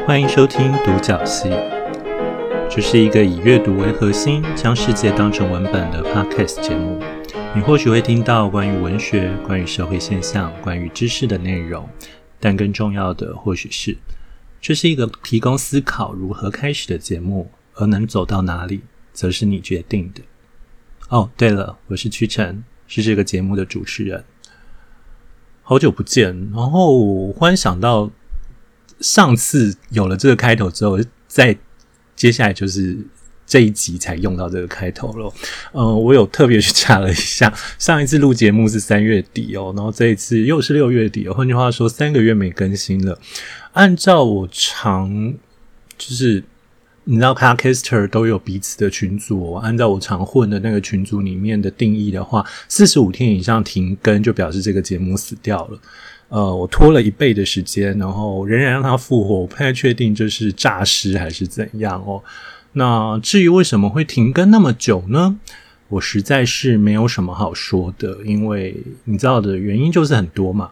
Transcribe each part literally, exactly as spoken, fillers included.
欢迎收听独角戏，这是一个以阅读为核心，将世界当成文本的 podcast 节目。你或许会听到关于文学、关于社会现象、关于知识的内容，但更重要的或许是，这是一个提供思考如何开始的节目，而能走到哪里，则是你决定的。哦，对了，我是屈臣，是这个节目的主持人。好久不见，然后我忽然想到，上次有了这个开头之后，再接下来就是这一集才用到这个开头了。呃，我有特别去查了一下，上一次录节目是三月底哦，然后这一次又是六月底哦，换句话说，三个月没更新了。按照我常就是你知道 Podcaster 都有彼此的群组哦，按照我常混的那个群组里面的定义的话，四十五天以上停更就表示这个节目死掉了。呃，我拖了一倍的时间，然后仍然让它复活，我不太确定这是诈尸还是怎样哦。那至于为什么会停更那么久呢？我实在是没有什么好说的，因为你知道的原因就是很多嘛，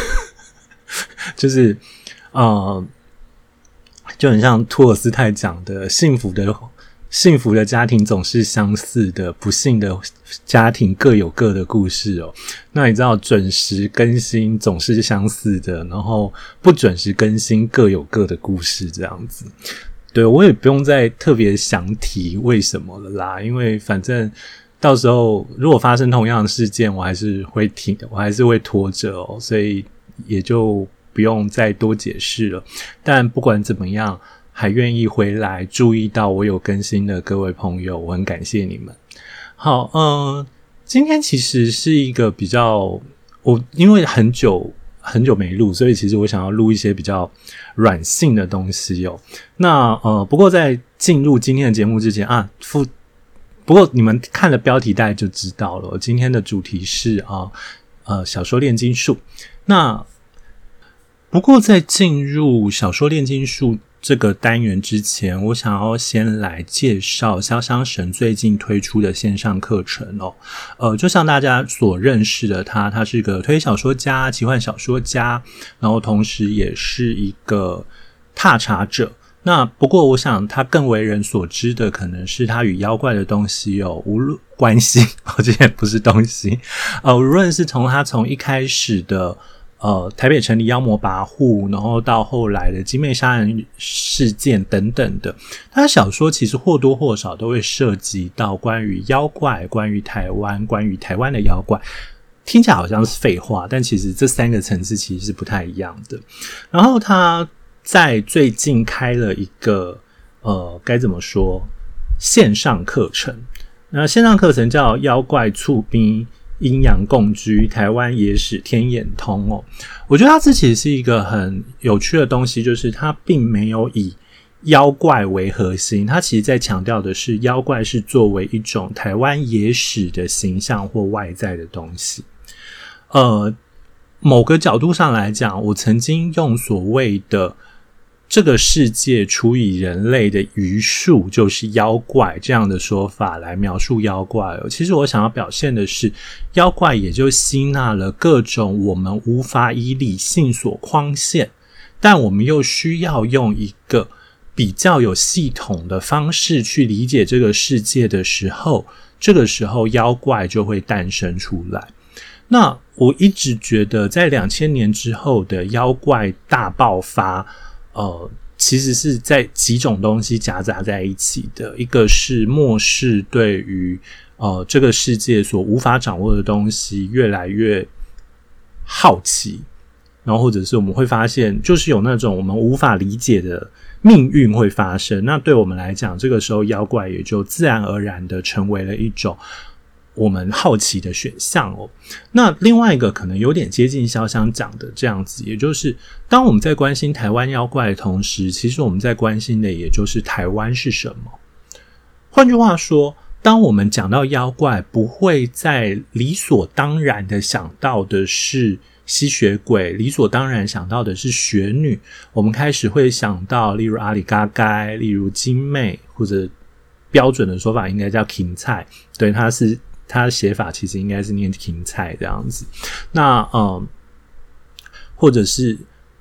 就是呃。就很像托尔斯泰讲的，幸福的幸福的家庭总是相似的，不幸的家庭各有各的故事哦。那你知道准时更新总是相似的，然后不准时更新各有各的故事这样子。对，我也不用再特别详提为什么了啦，因为反正到时候如果发生同样的事件，我还是会停，我还是会拖着哦，所以也就不用再多解释了。但不管怎么样，还愿意回来注意到我有更新的各位朋友，我很感谢你们。好，呃，今天其实是一个比较，我因为很久很久没录，所以其实我想要录一些比较软性的东西哦。那呃，不过在进入今天的节目之前啊，不不过你们看了标题大概就知道了，今天的主题是啊呃小说炼金术。那不过在进入小说炼金术这个单元之前，我想要先来介绍潇湘神最近推出的线上课程哦。呃，就像大家所认识的他，他是一个推理小说家、奇幻小说家，然后同时也是一个踏查者。那不过我想他更为人所知的可能是他与妖怪的东西哦，无论关系，哦，这也不是东西，呃，无论是从他从一开始的呃，台北城里妖魔跋扈，然后到后来的精魅杀人事件等等的，他的小说其实或多或少都会涉及到关于妖怪、关于台湾、关于台湾的妖怪。听起来好像是废话，但其实这三个层次其实是不太一样的。然后他在最近开了一个呃，该怎么说线上课程？那线上课程叫妖怪促逼阴阳共居台湾野史天眼通哦。我觉得它这其实是一个很有趣的东西，就是它并没有以妖怪为核心，它其实在强调的是妖怪是作为一种台湾野史的形象或外在的东西。呃，某个角度上来讲，我曾经用所谓的这个世界除以人类的余数就是妖怪这样的说法来描述妖怪哦。其实我想要表现的是，妖怪也就吸纳了各种我们无法以理性所框限，但我们又需要用一个比较有系统的方式去理解这个世界的时候，这个时候妖怪就会诞生出来。那我一直觉得在两千年之后的妖怪大爆发呃，其实是在几种东西夹杂在一起的。一个是末世对于呃这个世界所无法掌握的东西越来越好奇，然后或者是我们会发现就是有那种我们无法理解的命运会发生。那对我们来讲，这个时候妖怪也就自然而然的成为了一种我们好奇的选项哦。那另外一个可能有点接近潇湘讲的这样子，也就是当我们在关心台湾妖怪的同时，其实我们在关心的也就是台湾是什么。换句话说，当我们讲到妖怪，不会再理所当然的想到的是吸血鬼，理所当然想到的是雪女，我们开始会想到例如阿里嘎嘎，例如精魅，或者标准的说法应该叫芹菜，对，它是它的写法其实应该是念芹菜这样子。那嗯，或者是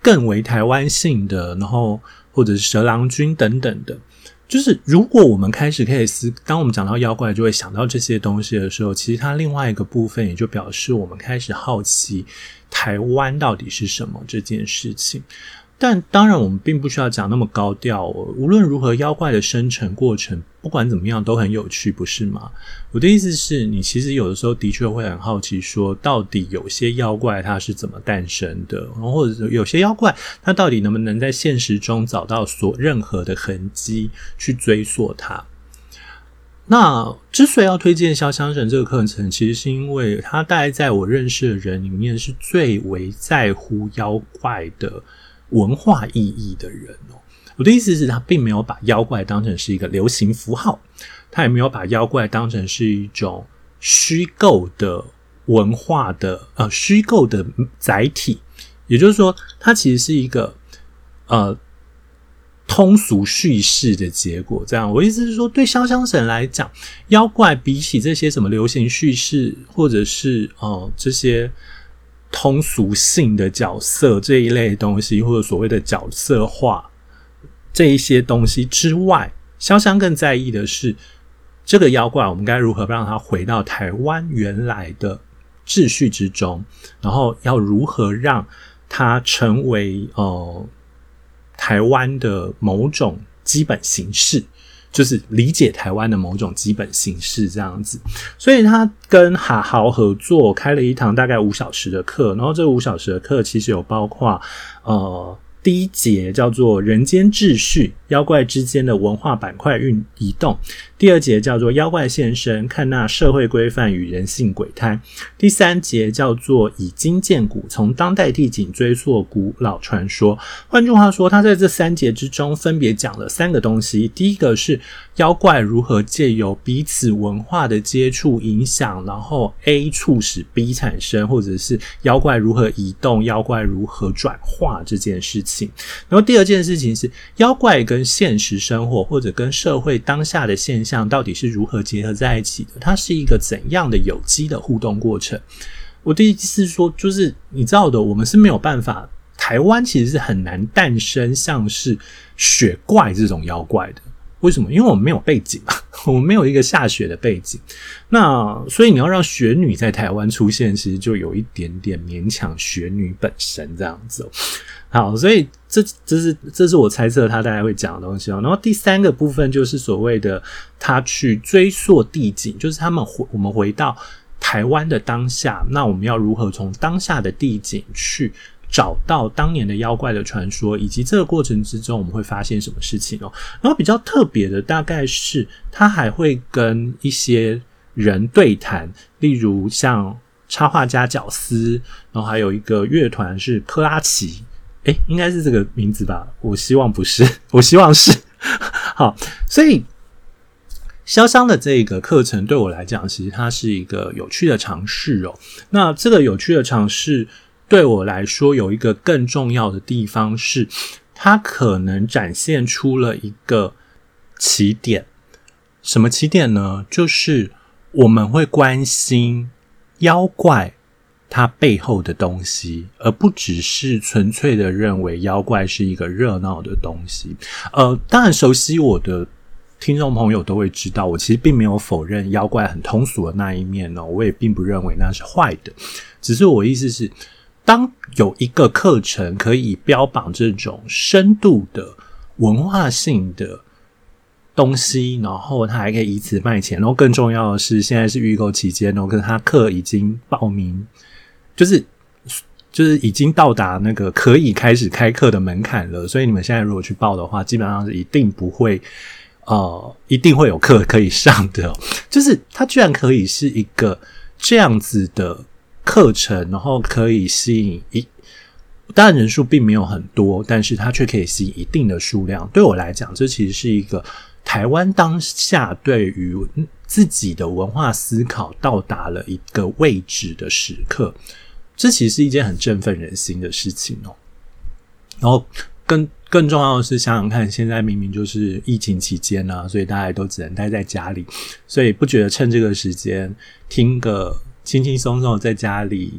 更为台湾性的，然后或者是蛇郎君等等的。就是如果我们开始可以思，当我们讲到妖怪就会想到这些东西的时候，其实它另外一个部分也就表示我们开始好奇台湾到底是什么这件事情。但当然我们并不需要讲那么高调哦，无论如何妖怪的生成过程不管怎么样都很有趣，不是吗？我的意思是你其实有的时候的确会很好奇说到底有些妖怪它是怎么诞生的，或者有些妖怪它到底能不能在现实中找到所任何的痕迹去追溯它。那之所以要推荐潇湘神这个课程，其实是因为它大概在我认识的人里面是最为在乎妖怪的文化意义的人哦。我的意思是他并没有把妖怪当成是一个流行符号，他也没有把妖怪当成是一种虚构的文化的呃虚构的载体，也就是说它其实是一个呃通俗叙事的结果。这样我意思是说，对潇湘神来讲，妖怪比起这些什么流行叙事或者是呃这些通俗性的角色这一类的东西，或者所谓的角色化这一些东西之外，潇湘更在意的是这个妖怪我们该如何让它回到台湾原来的秩序之中，然后要如何让它成为呃台湾的某种基本形式，就是理解台湾的某种基本形式这样子。所以他跟哈豪合作开了一堂大概五小时的课，然后这五小时的课其实有包括呃第一节叫做人间秩序，妖怪之间的文化板块运移动。第二节叫做妖怪现身，看那社会规范与人性鬼胎。第三节叫做以今见古，从当代地景追溯古老传说。换句话说，他在这三节之中分别讲了三个东西。第一个是妖怪如何借由彼此文化的接触影响，然后 A 促使 B 产生，或者是妖怪如何移动，妖怪如何转化这件事情。然后第二件事情是妖怪跟现实生活或者跟社会当下的现象到底是如何结合在一起的，它是一个怎样的有机的互动过程。我的意思是说，就是你知道的，我们是没有办法，台湾其实是很难诞生像是雪怪这种妖怪的。为什么？因为我们没有背景嘛，我们没有一个下雪的背景。那所以你要让雪女在台湾出现，其实就有一点点勉强雪女本身这样子哦。好，所以这这是这是我猜测他大概会讲的东西哦。然后第三个部分就是所谓的他去追溯地景，就是他们回我们回到台湾的当下，那我们要如何从当下的地景去找到当年的妖怪的传说，以及这个过程之中我们会发现什么事情哦。然后比较特别的大概是他还会跟一些人对谈，例如像插画家角丝，然后还有一个乐团是科拉奇，诶应该是这个名字吧，我希望不是，我希望是。好，所以潇湘的这个课程对我来讲其实它是一个有趣的尝试哦。那这个有趣的尝试对我来说有一个更重要的地方是，它可能展现出了一个起点。什么起点呢？就是我们会关心妖怪它背后的东西，而不只是纯粹的认为妖怪是一个热闹的东西。呃，当然熟悉我的听众朋友都会知道，我其实并没有否认妖怪很通俗的那一面哦，我也并不认为那是坏的。只是我意思是，当有一个课程可以标榜这种深度的文化性的东西，然后他还可以以此卖钱，然后更重要的是现在是预购期间哦，跟他课已经报名，就是就是已经到达那个可以开始开课的门槛了，所以你们现在如果去报的话，基本上是一定不会呃一定会有课可以上的哦。就是它居然可以是一个这样子的课程，然后可以吸引一当然人数并没有很多，但是它却可以吸引一定的数量。对我来讲，这其实是一个台湾当下对于自己的文化思考到达了一个位置的时刻，这其实是一件很振奋人心的事情哦。然后更更重要的是，想想看，现在明明就是疫情期间啊，所以大家都只能待在家里，所以不觉得趁这个时间听个轻轻松松在家里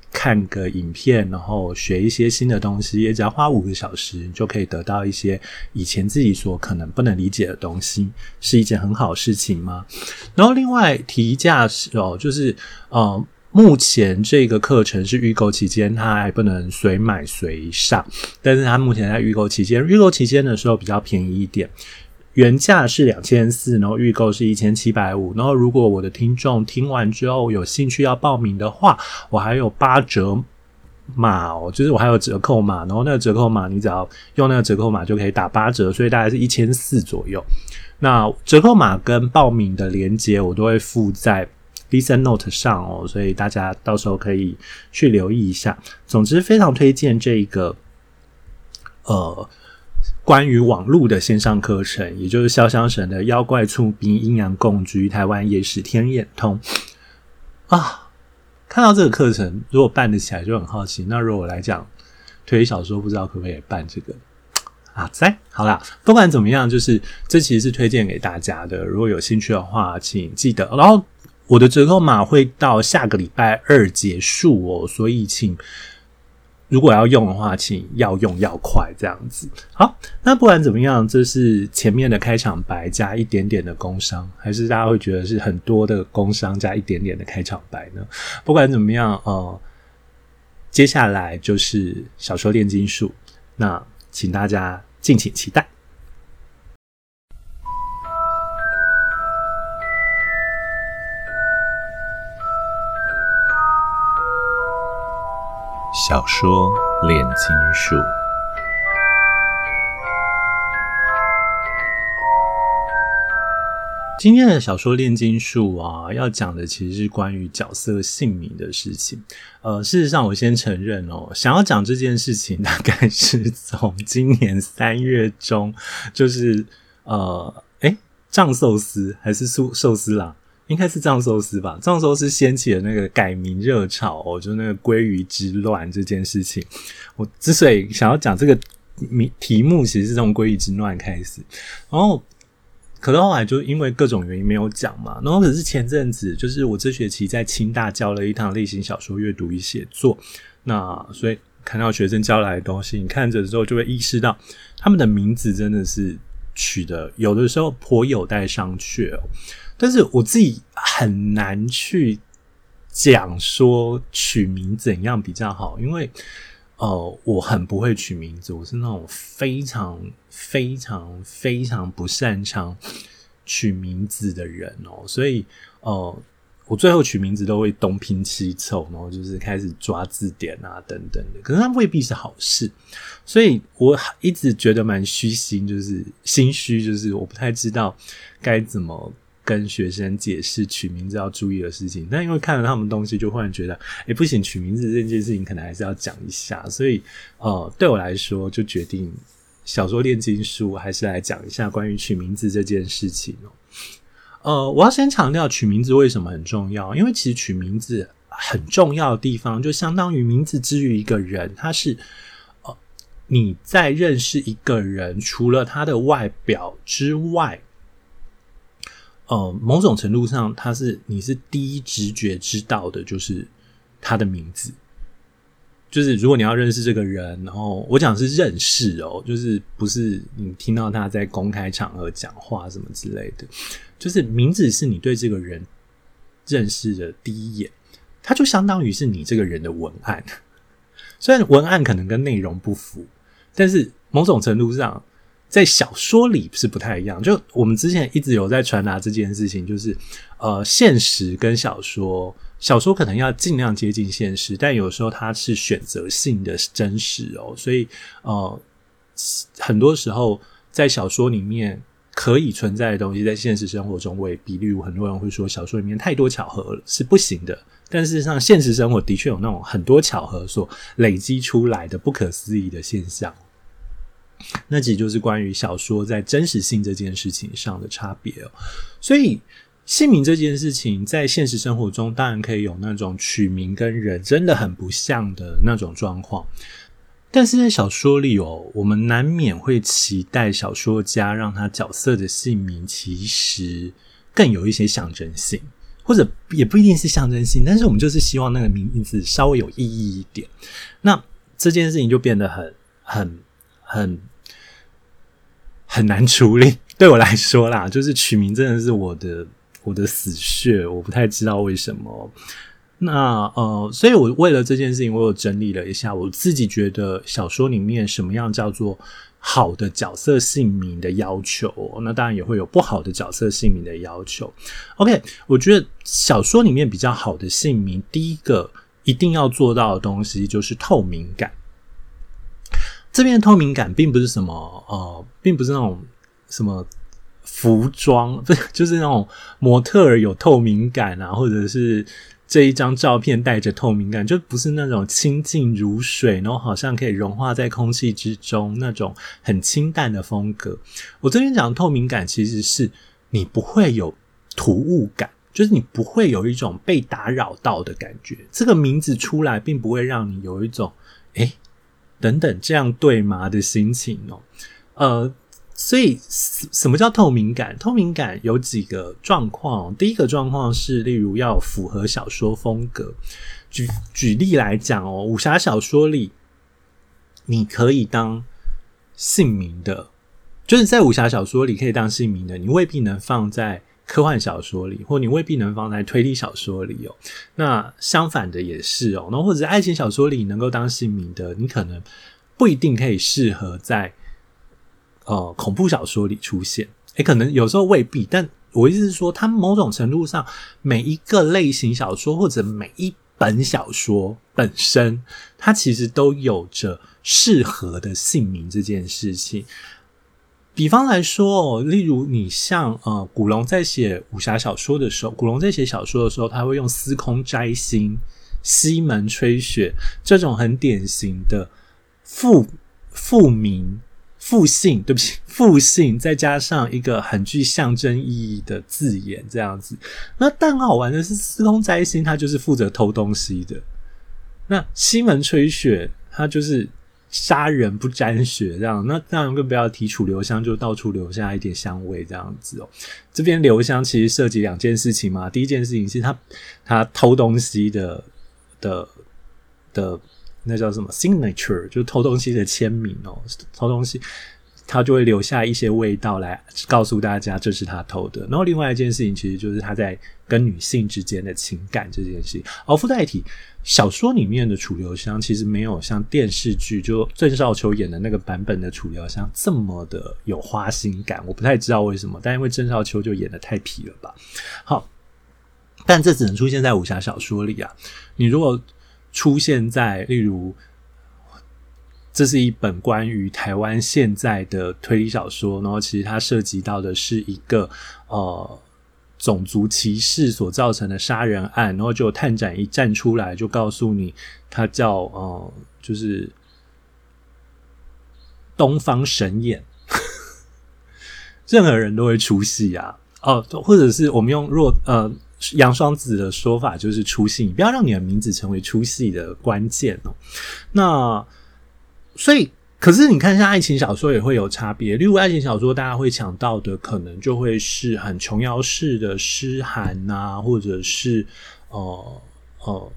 看个影片，然后学一些新的东西，也只要花五个小时，你就可以得到一些以前自己所可能不能理解的东西，是一件很好的事情吗？然后另外提一下哦，就是呃。目前这个课程是预购期间，它还不能随买随上，但是它目前在预购期间，预购期间的时候比较便宜一点，原价是两千四百，然后预购是一千七百五十，然后如果我的听众听完之后有兴趣要报名的话，我还有八折码哦，就是我还有折扣码，然后那个折扣码你只要用那个折扣码就可以打八折，所以大概是一千四百左右。那折扣码跟报名的连结我都会附在Listen Note 上哦，所以大家到时候可以去留意一下。总之非常推荐这个呃关于网络的线上课程，也就是潇湘神的妖怪促兵阴阳共居台湾野史天眼通啊。看到这个课程如果办得起来就很好奇，那如果我来讲推理小说，不知道可不可以办这个啊？在好啦，不管怎么样，就是这其实是推荐给大家的，如果有兴趣的话请记得。然后我的折扣码会到下个礼拜二结束哦，所以请如果要用的话，请要用要快这样子。好，那不管怎么样，这是前面的开场白加一点点的工商，还是大家会觉得是很多的工商加一点点的开场白呢？不管怎么样，呃，接下来就是小说炼金术，那请大家敬请期待。 小说炼金术， 今天的小说炼金术啊，要讲的其实是关于角色姓名的事情。呃，事实上我先承认哦，想要讲这件事情大概是从今年三月中，就是呃，诶藏寿司还是寿寿司郎？应该是藏寿司吧，藏寿司掀起了那个改名热潮哦，就那个鲑鱼之乱这件事情。我之所以想要讲这个题目，其实是从鲑鱼之乱开始，然后可是后来就因为各种原因没有讲嘛。然后可是前阵子，就是我这学期在清大教了一堂类型小说阅读与写作，那所以看到学生教来的东西，你看着之后就会意识到，他们的名字真的是取得有的时候颇有待商榷哦。但是我自己很难去讲说取名怎样比较好，因为呃，我很不会取名字，我是那种非常非常非常不擅长取名字的人哦，所以呃，我最后取名字都会东拼西凑，然后就是开始抓字典啊等等的，可是它未必是好事，所以我一直觉得蛮虚心，就是心虚，就是我不太知道该怎么跟学生解释取名字要注意的事情，但因为看了他们东西，就忽然觉得，诶，不行，取名字这件事情可能还是要讲一下，所以呃，对我来说就决定小说炼金术还是来讲一下关于取名字这件事情哦。呃，我要先强调取名字为什么很重要，因为其实取名字很重要的地方，就相当于名字之于一个人，他是呃你在认识一个人，除了他的外表之外。呃，某种程度上，他是你是第一直觉知道的，就是他的名字。就是如果你要认识这个人，然后我讲的是认识哦，就是不是你听到他在公开场合讲话什么之类的，就是名字是你对这个人认识的第一眼，它就相当于是你这个人的文案。虽然文案可能跟内容不符，但是某种程度上。在小说里是不太一样，就我们之前一直有在传达这件事情，就是呃，现实跟小说，小说可能要尽量接近现实，但有时候它是选择性的真实哦，所以呃，很多时候在小说里面可以存在的东西，在现实生活中未必，例如很多人会说小说里面太多巧合了是不行的，但事实上现实生活的确有那种很多巧合所累积出来的不可思议的现象。那其实就是关于小说在真实性这件事情上的差别哦。所以姓名这件事情在现实生活中当然可以有那种取名跟人真的很不像的那种状况，但是在小说里哦，我们难免会期待小说家让他角色的姓名其实更有一些象征性， 或者也不一定是象征性，但是我们就是希望那个名字稍微有意义一点。那这件事情就变得很很很很难处理。对我来说啦，就是取名真的是我的我的死穴，我不太知道为什么。那呃，所以我为了这件事情，我有整理了一下，我自己觉得小说里面什么样叫做好的角色姓名的要求，那当然也会有不好的角色姓名的要求。OK， 我觉得小说里面比较好的姓名，第一个一定要做到的东西就是透明感。这边的透明感并不是什么呃，并不是那种什么服装，不是，就是那种模特儿有透明感啊，或者是这一张照片带着透明感，就不是那种清净如水，然后好像可以融化在空气之中那种很清淡的风格。我这边讲的透明感其实是你不会有突兀感，就是你不会有一种被打扰到的感觉。这个名字出来并不会让你有一种诶等等这样对吗的心情哦。呃所以什么叫透明感？透明感有几个状况。第一个状况是例如要符合小说风格。举举例来讲哦，武侠小说里你可以当姓名的，就是在武侠小说里可以当姓名的，你未必能放在科幻小说里，或你未必能放在推理小说里哦。那相反的也是哦，然后或者是爱情小说里能够当姓名的，你可能不一定可以适合在呃，恐怖小说里出现，诶，可能有时候未必，但我意思是说，它某种程度上，每一个类型小说或者每一本小说本身，它其实都有着适合的姓名这件事情。比方来说哦，例如你像呃，古龙在写武侠小说的时候，古龙在写小说的时候，他会用司空摘星、西门吹雪这种很典型的复复名。复姓，对不起，复姓再加上一个很具象征意义的字眼，这样子。那但好玩的是，司空摘星他就是负责偷东西的，那西门吹雪他就是杀人不沾血这样。那当然更不要提楚留香，就到处留下一点香味这样子哦。这边留香其实涉及两件事情嘛，第一件事情是他他偷东西的的的。那叫什么 signature， 就是偷东西的签名哦，偷东西他就会留下一些味道来告诉大家这是他偷的。然后另外一件事情其实就是他在跟女性之间的情感这件事情。而附带体小说里面的楚留香其实没有像电视剧就郑少秋演的那个版本的楚留香这么的有花心感，我不太知道为什么，但因为郑少秋就演得太皮了吧。好，但这只能出现在武侠小说里啊。你如果出现在例如这是一本关于台湾现在的推理小说，然后其实它涉及到的是一个呃种族歧视所造成的杀人案，然后就有探长一站出来就告诉你他叫呃就是东方神眼任何人都会出戏啊。哦，或者是我们用若呃杨双子的说法就是出戏，你不要让你的名字成为出戏的关键哦。那所以可是你看像爱情小说也会有差别，例如爱情小说大家会抢到的可能就会是很琼瑶式的诗涵啊，或者是呃呃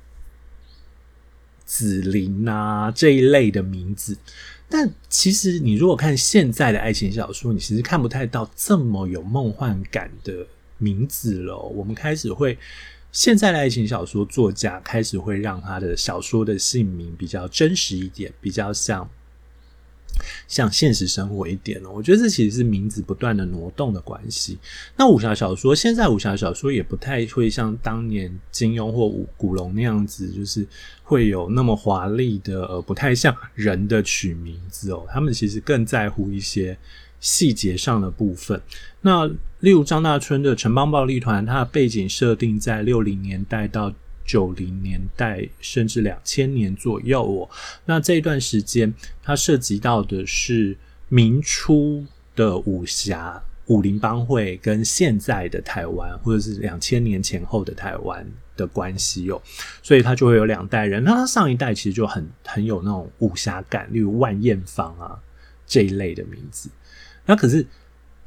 紫菱啊这一类的名字。但其实你如果看现在的爱情小说，你其实看不太到这么有梦幻感的名字了哦。我们开始会现在的爱情小说作家开始会让他的小说的姓名比较真实一点，比较像像现实生活一点哦。我觉得这其实是名字不断的挪动的关系。那武侠小说，现在武侠小说也不太会像当年金庸或古龙那样子，就是会有那么华丽的呃不太像人的取名字哦。他们其实更在乎一些细节上的部分。那例如张大春的城邦暴力团，它的背景设定在六零年代到九零年代甚至两千年左右哦。那这一段时间它涉及到的是明初的武侠武林帮会跟现在的台湾，或者是两千年前后的台湾的关系哦。所以它就会有两代人。那它上一代其实就很很有那种武侠感，例如万艳芳啊这一类的名字。那可是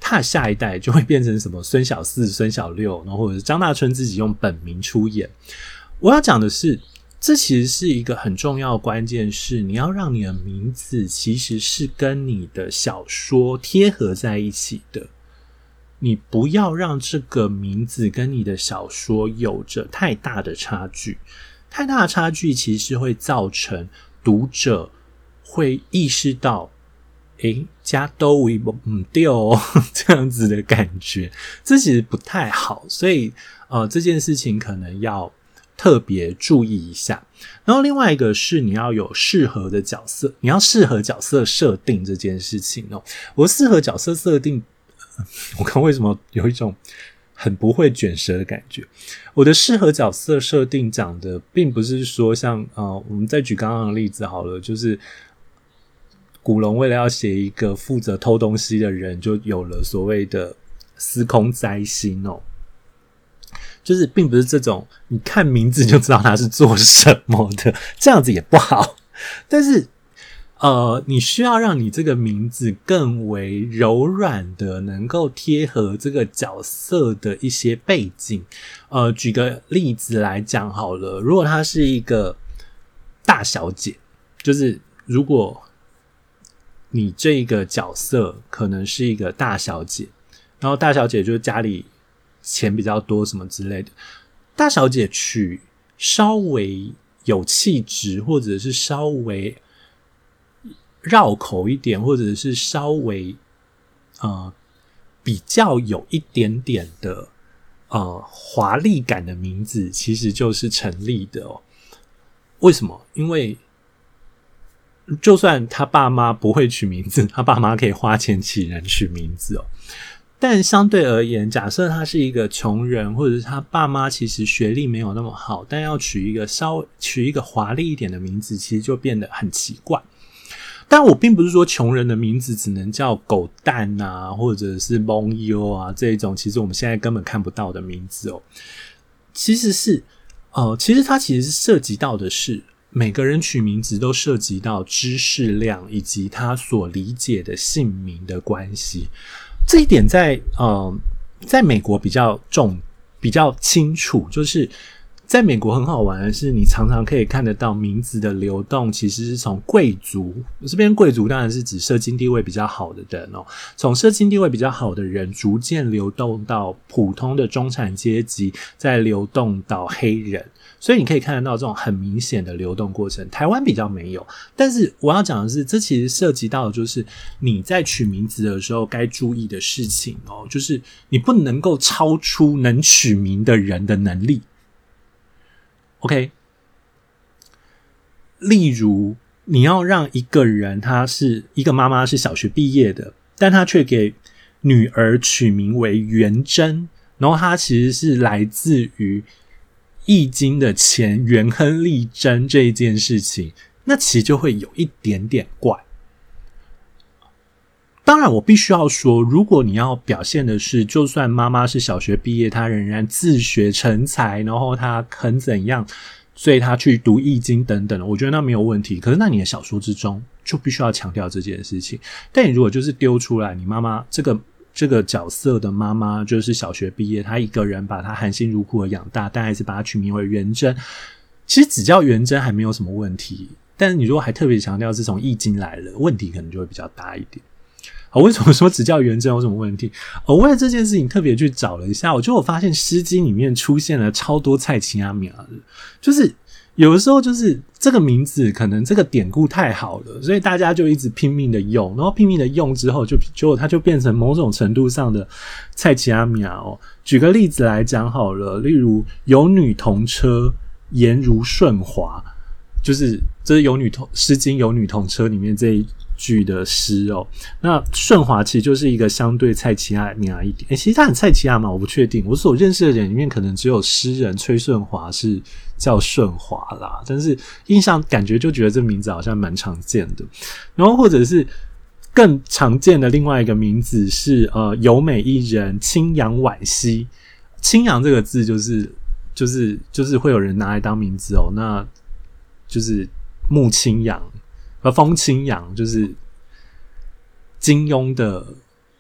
他的下一代就会变成什么孙小四、孙小六，然后或者是张大春自己用本名出演。我要讲的是，这其实是一个很重要的关键，是你要让你的名字其实是跟你的小说贴合在一起的。你不要让这个名字跟你的小说有着太大的差距，太大的差距其实会造成读者会意识到，诶，加都为不对哦，这样子的感觉，这其实不太好，所以呃，这件事情可能要特别注意一下。然后另外一个是你要有适合的角色，你要适合角色设定这件事情哦。我适合角色设定，我看为什么有一种很不会卷舌的感觉。我的适合角色设定讲的并不是说像呃，我们再举刚刚的例子好了，就是古龙为了要写一个负责偷东西的人，就有了所谓的司空灾星哦。就是并不是这种你看名字就知道他是做什么的，这样子也不好。但是呃，你需要让你这个名字更为柔软的，能够贴合这个角色的一些背景。呃，举个例子来讲好了，如果她是一个大小姐，就是如果你这个角色可能是一个大小姐，然后大小姐就是家里钱比较多什么之类的，大小姐取稍微有气质，或者是稍微绕口一点，或者是稍微呃比较有一点点的呃华丽感的名字，其实就是成立的哦。为什么？因为就算他爸妈不会取名字，他爸妈可以花钱请人取名字哦。但相对而言，假设他是一个穷人，或者是他爸妈其实学历没有那么好，但要取一个稍微取一个华丽一点的名字，其实就变得很奇怪。但我并不是说穷人的名字只能叫狗蛋啊，或者是蒙优啊这一种，其实我们现在根本看不到的名字哦。其实是呃，其实它其实是涉及到的是每个人取名字都涉及到知识量以及他所理解的姓名的关系。这一点在呃，在美国比较重比较清楚，就是在美国很好玩的是，你常常可以看得到名字的流动，其实是从贵族，这边贵族当然是指社经地位比较好的人哦，从社经地位比较好的人逐渐流动到普通的中产阶级，再流动到黑人，所以你可以看得到这种很明显的流动过程。台湾比较没有，但是我要讲的是，这其实涉及到的就是你在取名字的时候该注意的事情哦，就是你不能够超出能取名的人的能力。OK， 例如你要让一个人，他是一个妈妈是小学毕业的，但他却给女儿取名为元贞，然后他其实是来自于易经的前元亨利贞这一件事情，那其实就会有一点点怪。当然我必须要说，如果你要表现的是就算妈妈是小学毕业，她仍然自学成才，然后她很怎样，所以她去读易经等等，我觉得那没有问题。可是那你的小说之中就必须要强调这件事情。但你如果就是丢出来，你妈妈这个这个角色的妈妈就是小学毕业，她一个人把她含辛茹苦的养大，但还是把她取名为元贞，其实只叫元贞还没有什么问题。但是你如果还特别强调是从易经来的，问题可能就会比较大一点。好，为什么说只叫元贞有什么问题？我为了这件事情特别去找了一下，我就我发现《诗经》里面出现了超多蔡奇阿米亚的，就是有的时候就是这个名字可能这个典故太好了，所以大家就一直拼命的用，然后拼命的用之后就结果它就变成某种程度上的蔡奇阿米亚哦。举个例子来讲好了，例如有女同车，颜如舜华，就是这是有女同《诗经》有女同车里面这一句的诗哦。那舜华其实就是一个相对蔡奇亚米亚一点，诶、欸、其实他很蔡奇亚嘛，我不确定。我所认识的人里面可能只有诗人崔顺华是叫舜华啦，但是印象感觉就觉得这名字好像蛮常见的。然后或者是更常见的另外一个名字是呃有美一人，清扬惋惜。清扬这个字就是就是就是会有人拿来当名字哦，那就是穆清扬。呃，风清扬就是金庸的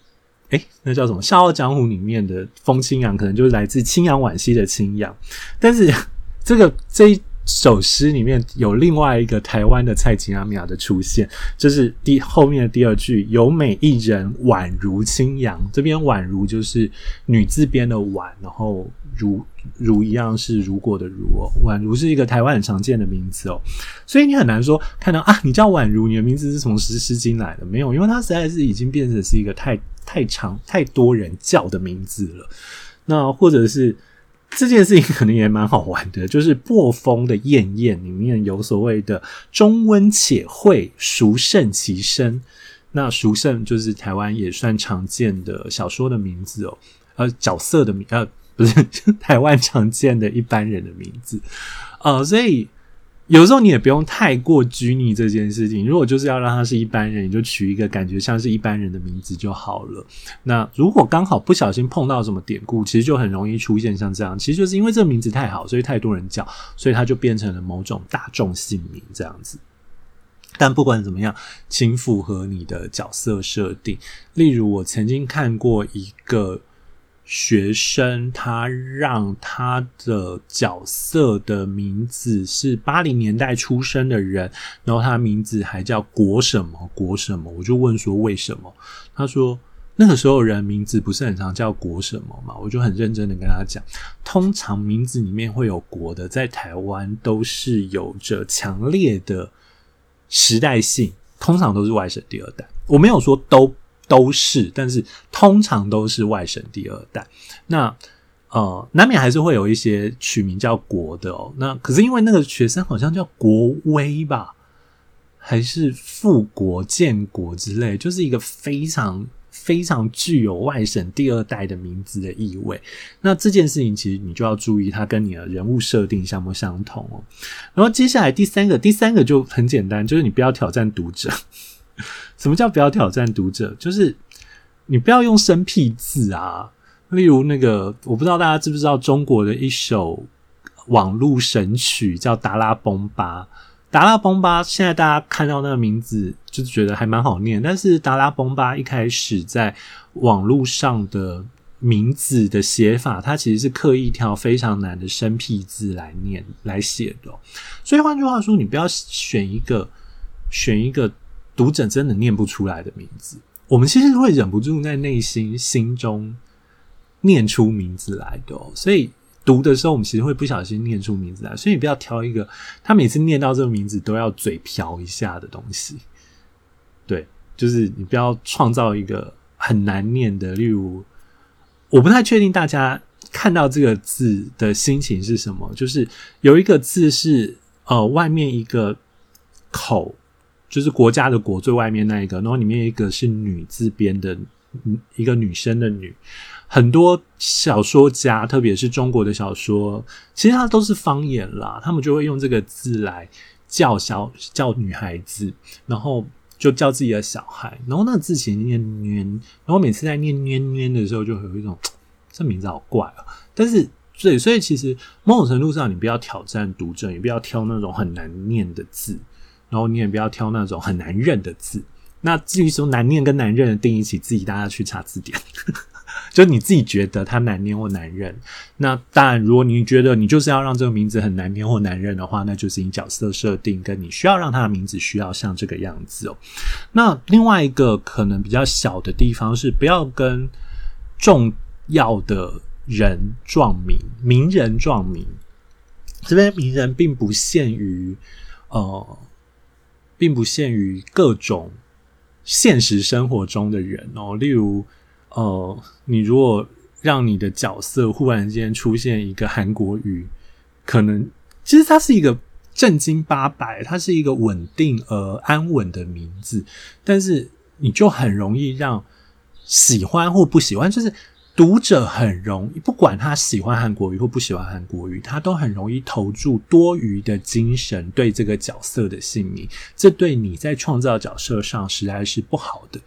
诶，那叫什么《笑傲江湖》里面的风清扬，可能就是来自青阳惋惜的青阳。但是这个这一首诗里面有另外一个台湾的蔡琴阿米亚的出现，就是第后面的第二句，有美一人宛如青阳。这边宛如就是女字边的宛，然后如如一样是如果的如哦，宛如是一个台湾很常见的名字哦，所以你很难说看到啊，你叫宛如，你的名字是从诗诗经来的，没有，因为它实在是已经变成是一个太太长太多人叫的名字了。那或者是这件事情可能也蛮好玩的，就是薄风的艳艳里面有所谓的中温且惠，孰胜其身。那孰胜就是台湾也算常见的小说的名字哦，呃，角色的名呃不是台湾常见的一般人的名字，呃，所以有时候你也不用太过拘泥这件事情。如果就是要让他是一般人，你就取一个感觉像是一般人的名字就好了。那如果刚好不小心碰到什么典故，其实就很容易出现像这样，其实就是因为这个名字太好，所以太多人叫，所以它就变成了某种大众姓名这样子。但不管怎么样，请符合你的角色设定。例如我曾经看过一个学生，他让他的角色的名字是八零年代出生的人，然后他名字还叫国什么国什么，我就问说为什么？他说那个时候人名字不是很常叫国什么嘛？我就很认真的跟他讲，通常名字里面会有国的，在台湾都是有着强烈的时代性，通常都是外省第二代。我没有说都都是，但是通常都是外省第二代。那呃，难免还是会有一些取名叫国的哦。那可是因为那个学生好像叫国威吧，还是富国建国之类，就是一个非常非常具有外省第二代的名字的意味。那这件事情其实你就要注意它跟你的人物设定相不相同哦。然后接下来第三个第三个就很简单，就是你不要挑战读者。什么叫不要挑战读者？就是你不要用生僻字啊，例如那个我不知道大家知不知道中国的一首网络神曲叫达拉崩巴。达拉崩巴现在大家看到那个名字就是觉得还蛮好念，但是达拉崩巴一开始在网络上的名字的写法，它其实是刻意挑非常难的生僻字来念来写的哦。所以换句话说，你不要选一个选一个读者真的念不出来的名字，我们其实会忍不住在内心心中念出名字来的哦。所以读的时候我们其实会不小心念出名字来，所以你不要挑一个他每次念到这个名字都要嘴瓢一下的东西。对，就是你不要创造一个很难念的，例如我不太确定大家看到这个字的心情是什么，就是有一个字是呃外面一个口，就是国家的国最外面那一个，然后里面一个是女字边的一个女生的女。很多小说家特别是中国的小说，其实它都是方言啦，他们就会用这个字来叫小叫女孩子，然后就叫自己的小孩，然后那个字其实念拈，然后每次在念拈拈的时候就会有一种这名字好怪啊。但是对，所以其实某种程度上你不要挑战读者，你不要挑那种很难念的字，然后你也不要挑那种很难认的字。那至于说难念跟难认的定义，请自己大家去查字典。就你自己觉得它难念或难认，那当然如果你觉得你就是要让这个名字很难念或难认的话，那就是你角色设定跟你需要让它的名字需要像这个样子哦。那另外一个可能比较小的地方是不要跟重要的人撞名，名人撞名。这边名人并不限于呃，并不限于各种现实生活中的人哦，例如呃，你如果让你的角色忽然间出现一个韩国瑜，可能其实它是一个正经八百，它是一个稳定而安稳的名字，但是你就很容易让喜欢或不喜欢，就是读者很容易，不管他喜欢韩国瑜或不喜欢韩国瑜，他都很容易投注多余的精神对这个角色的姓名，这对你在创造角色上实在是不好的。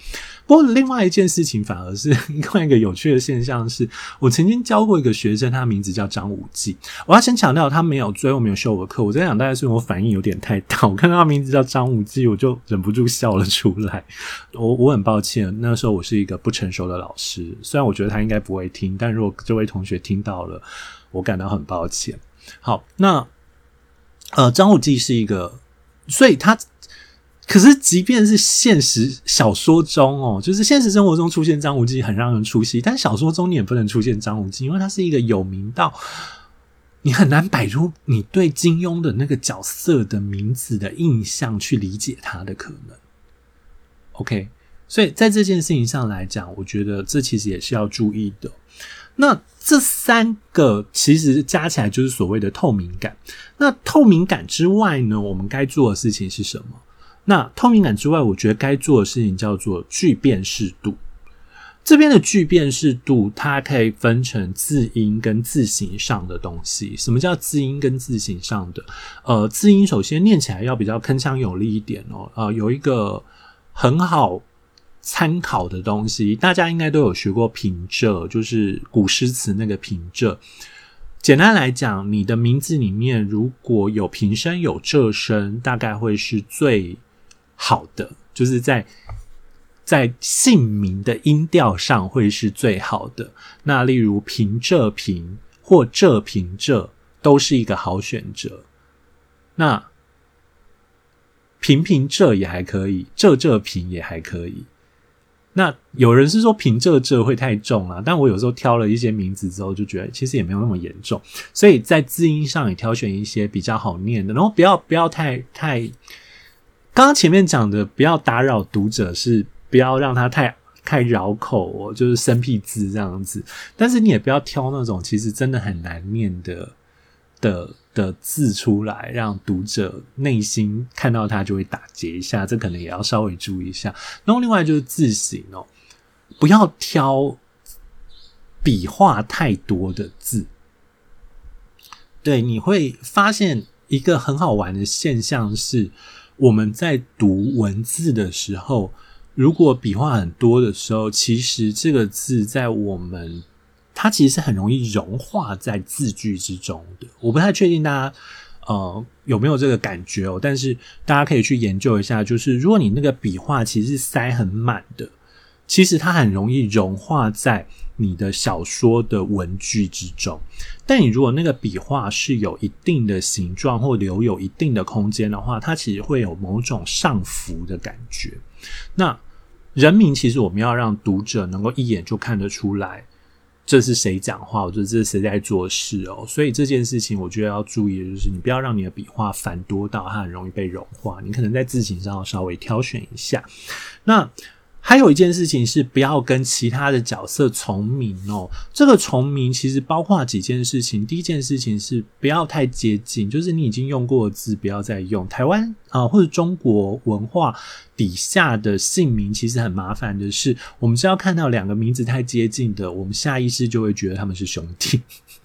不过另外一件事情反而是另外一个有趣的现象是，我曾经教过一个学生，他名字叫张武纪。我要先强调，他没有最后没有修我的课。我在想，大概是我反应有点太大，我看到他名字叫张武纪，我就忍不住笑了出来。我我很抱歉，那时候我是一个不成熟的老师，虽然我觉得他应该不会听，但如果这位同学听到了，我感到很抱歉。好，那呃，张武纪是一个，所以他。可是，即便是现实小说中哦，就是现实生活中出现张无忌很让人出戏，但小说中你也不能出现张无忌，因为他是一个有名到你很难摆出你对金庸的那个角色的名字的印象去理解他的可能。OK， 所以在这件事情上来讲，我觉得这其实也是要注意的。那这三个其实加起来就是所谓的透明感。那透明感之外呢，我们该做的事情是什么？那透明感之外，我觉得该做的事情叫做具辨识度。这边的具辨识度，它可以分成字音跟字形上的东西。什么叫字音跟字形上的？呃，字音首先念起来要比较铿锵有力一点哦。呃，有一个很好参考的东西，大家应该都有学过平仄，就是古诗词那个平仄。简单来讲，你的名字里面如果有平声有仄声，大概会是最好的，就是在在姓名的音调上会是最好的。那例如平仄平或仄平仄都是一个好选择。那平平仄也还可以，仄仄平也还可以。那有人是说平仄仄会太重啊，但我有时候挑了一些名字之后就觉得其实也没有那么严重，所以在字音上也挑选一些比较好念的，然后不要不要太太刚刚前面讲的不要打扰读者，是不要让他太太绕口哦，就是生僻字这样子，但是你也不要挑那种其实真的很难念的的的字出来，让读者内心看到它就会打结一下，这可能也要稍微注意一下。然后另外就是字形哦，不要挑笔画太多的字。对，你会发现一个很好玩的现象是，我们在读文字的时候，如果笔画很多的时候，其实这个字在我们它其实是很容易融化在字句之中的。我不太确定大家呃有没有这个感觉哦，但是大家可以去研究一下，就是如果你那个笔画其实是塞很满的，其实它很容易融化在你的小说的文句之中。但你如果那个笔画是有一定的形状或留有一定的空间的话，它其实会有某种上浮的感觉。那人名其实我们要让读者能够一眼就看得出来这是谁讲话，或者这是谁在做事哦。所以这件事情我觉得要注意的就是，你不要让你的笔画繁多到它很容易被融化，你可能在字形上要稍微挑选一下。那还有一件事情是不要跟其他的角色重名哦。这个重名其实包括几件事情。第一件事情是不要太接近，就是你已经用过的字不要再用。台湾啊、呃、或者中国文化底下的姓名其实很麻烦的是，我们只要看到两个名字太接近的，我们下意识就会觉得他们是兄弟。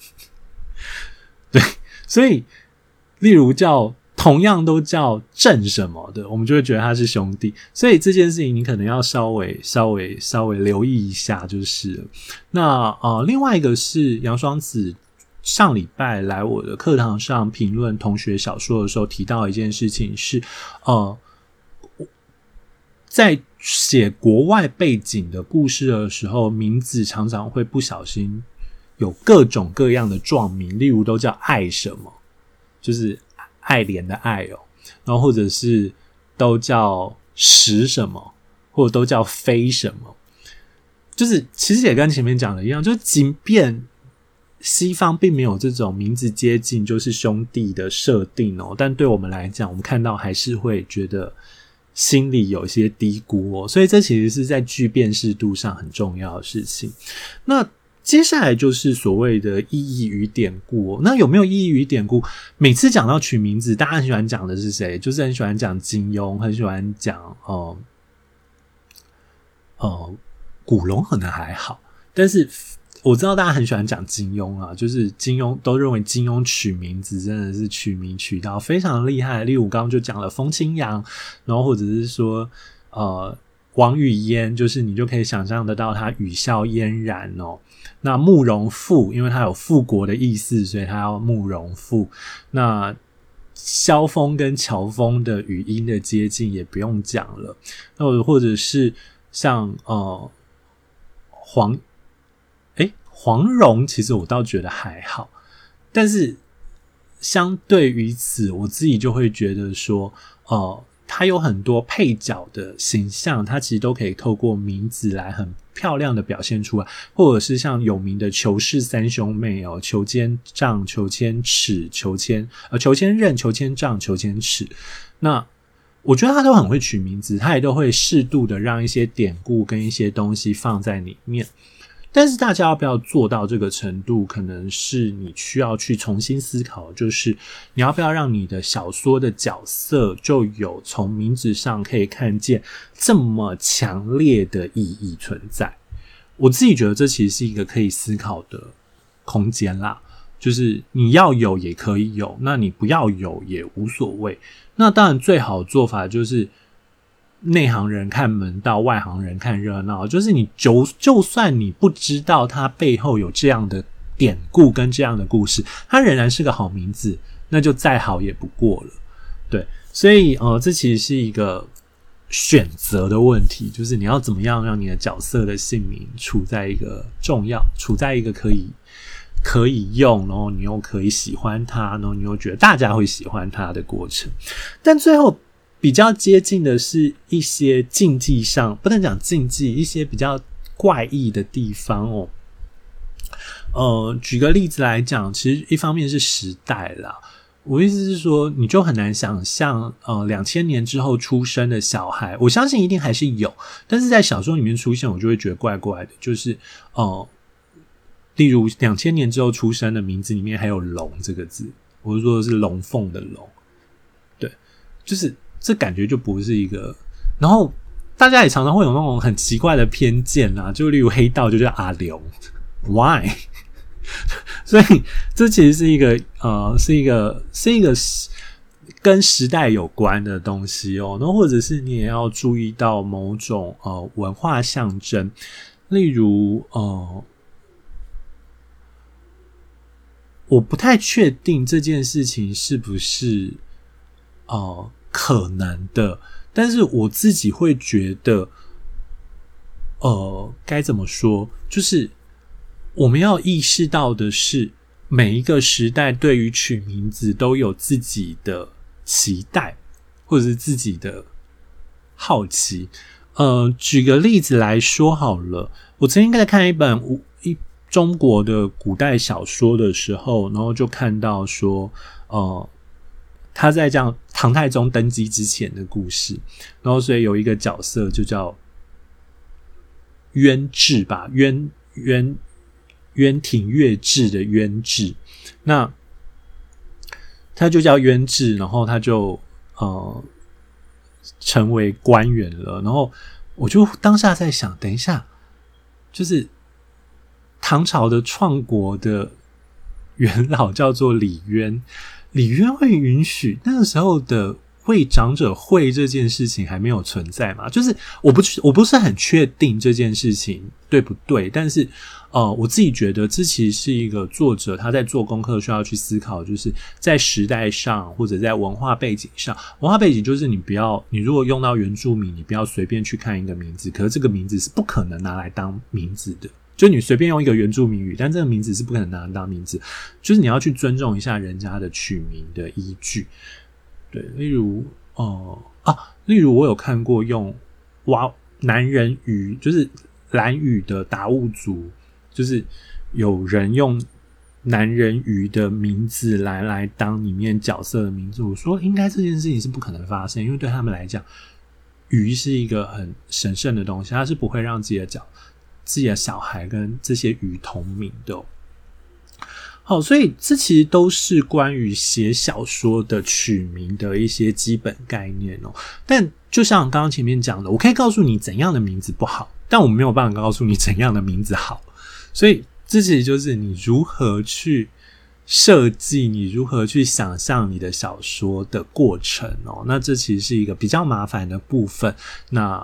对，所以例如叫同样都叫郑什么的，我们就会觉得他是兄弟，所以这件事情你可能要稍微稍微稍微留意一下就是了。那呃，另外一个是杨双子上礼拜来我的课堂上评论同学小说的时候提到一件事情是，呃，在写国外背景的故事的时候，名字常常会不小心有各种各样的撞名，例如都叫爱什么，就是爱莲的爱哦，然后或者是都叫石什么，或者都叫飞什么，就是其实也跟前面讲的一样，就是即便西方并没有这种名字接近就是兄弟的设定哦，但对我们来讲，我们看到还是会觉得心里有一些低估哦，所以这其实是在具辨识度上很重要的事情。那接下来就是所谓的意义与典故哦。那有没有意义与典故？每次讲到取名字，大家很喜欢讲的是谁？就是很喜欢讲金庸，很喜欢讲呃呃古龙，可能还好，但是我知道大家很喜欢讲金庸啊，就是金庸都认为金庸取名字真的是取名取到非常厉害。例如刚刚就讲了风清扬，然后或者是说呃。 王语嫣，就是你就可以想象得到他语笑嫣然哦。那慕容复，因为他有复国的意思，所以他要慕容复。那萧峰跟乔峰的语音的接近也不用讲了。那或者是像呃黄诶黄蓉，其实我倒觉得还好，但是相对于此，我自己就会觉得说，呃，他有很多配角的形象，他其实都可以透过名字来很漂亮的表现出来，或者是像有名的裘氏三兄妹哦，裘千丈、裘千尺、裘千呃裘千仞、裘千丈、裘千尺。那我觉得他都很会取名字，他也都会适度的让一些典故跟一些东西放在里面。但是大家要不要做到这个程度，可能是你需要去重新思考，就是你要不要让你的小说的角色就有从名字上可以看见这么强烈的意义存在。我自己觉得这其实是一个可以思考的空间啦，就是你要有也可以有，那你不要有也无所谓。那当然最好的做法就是内行人看门道，外行人看热闹，就是你就就算你不知道它背后有这样的典故跟这样的故事，它仍然是个好名字，那就再好也不过了。对，所以呃，这其实是一个选择的问题，就是你要怎么样让你的角色的姓名处在一个重要，处在一个可以可以用，然后你又可以喜欢它，然后你又觉得大家会喜欢它的过程。但最后比较接近的是一些禁忌上，不能讲禁忌，一些比较怪异的地方哦。呃，举个例子来讲，其实一方面是时代啦，我意思是说，你就很难想象，呃，两千年之后出生的小孩，我相信一定还是有，但是在小说里面出现，我就会觉得怪怪的，就是呃，例如两千年之后出生的名字里面还有龙这个字，我是说的是龙凤的龙，对，就是这感觉就不是一个，然后大家也常常会有那种很奇怪的偏见啊，就例如黑道就叫阿刘 ，why？ 所以这其实是一个呃，是一个是一个跟时代有关的东西哦。那或者是你也要注意到某种呃文化象征，例如呃，我不太确定这件事情是不是呃。可能的，但是我自己会觉得，呃，该怎么说？就是我们要意识到的是，每一个时代对于取名字都有自己的期待，或者是自己的好奇。呃，举个例子来说好了，我曾经在看一本一中国的古代小说的时候，然后就看到说，呃。他在讲唐太宗登基之前的故事，然后所以有一个角色就叫渊志吧，渊渊渊庭月志的渊志，那他就叫渊志，然后他就呃成为官员了，然后我就当下在想，等一下，就是唐朝的创国的元老叫做李渊。李渊会允许那个时候的为长者会这件事情还没有存在嘛？就是我不我不是很确定这件事情对不对，但是呃，我自己觉得这其实是一个作者他在做功课需要去思考，就是在时代上或者在文化背景上，文化背景就是你不要你如果用到原住民，你不要随便去看一个名字，可是这个名字是不可能拿来当名字的。就你随便用一个原住民语，但这个名字是不可能拿来当名字，就是你要去尊重一下人家的取名的依据。对，例如哦、呃、啊，例如我有看过用哇男人语，就是兰语的达悟族，就是有人用男人鱼的名字来来当里面角色的名字，我说应该这件事情是不可能发生，因为对他们来讲，鱼是一个很神圣的东西，他是不会让自己的角自己的小孩跟这些鱼同名的、哦。好，所以这其实都是关于写小说的取名的一些基本概念哦。但就像刚刚前面讲的，我可以告诉你怎样的名字不好，但我没有办法告诉你怎样的名字好。所以这其实就是你如何去设计，你如何去想象你的小说的过程哦。那这其实是一个比较麻烦的部分。那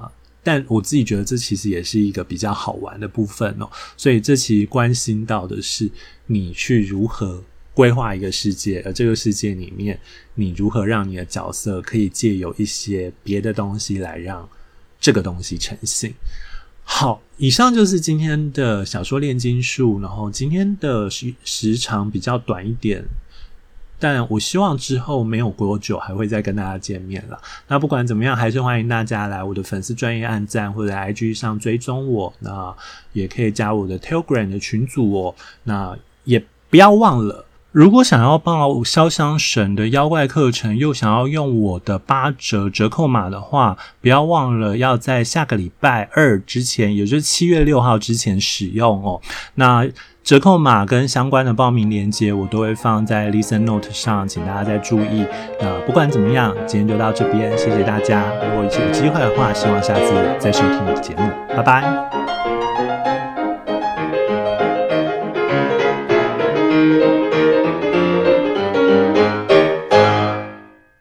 但我自己觉得这其实也是一个比较好玩的部分哦。所以这其实关心到的是你去如何规划一个世界，而这个世界里面你如何让你的角色可以借由一些别的东西来让这个东西成型。好，以上就是今天的小说炼金术，然后今天的时长比较短一点，但我希望之后没有多久还会再跟大家见面了。那不管怎么样，还是欢迎大家来我的粉丝专页按赞，或者 I G 上追踪我，那也可以加入我的 Telegram 的群组哦。那也不要忘了，如果想要报瀟湘神的妖怪课程，又想要用我的八折折扣码的话，不要忘了要在下个礼拜二之前，也就是七月六号之前使用哦。那折扣码跟相关的报名链接我都会放在 Listen Note 上，请大家再注意。那不管怎么样，今天就到这边，谢谢大家。如果有机会的话，希望下次再收听我的节目，拜拜。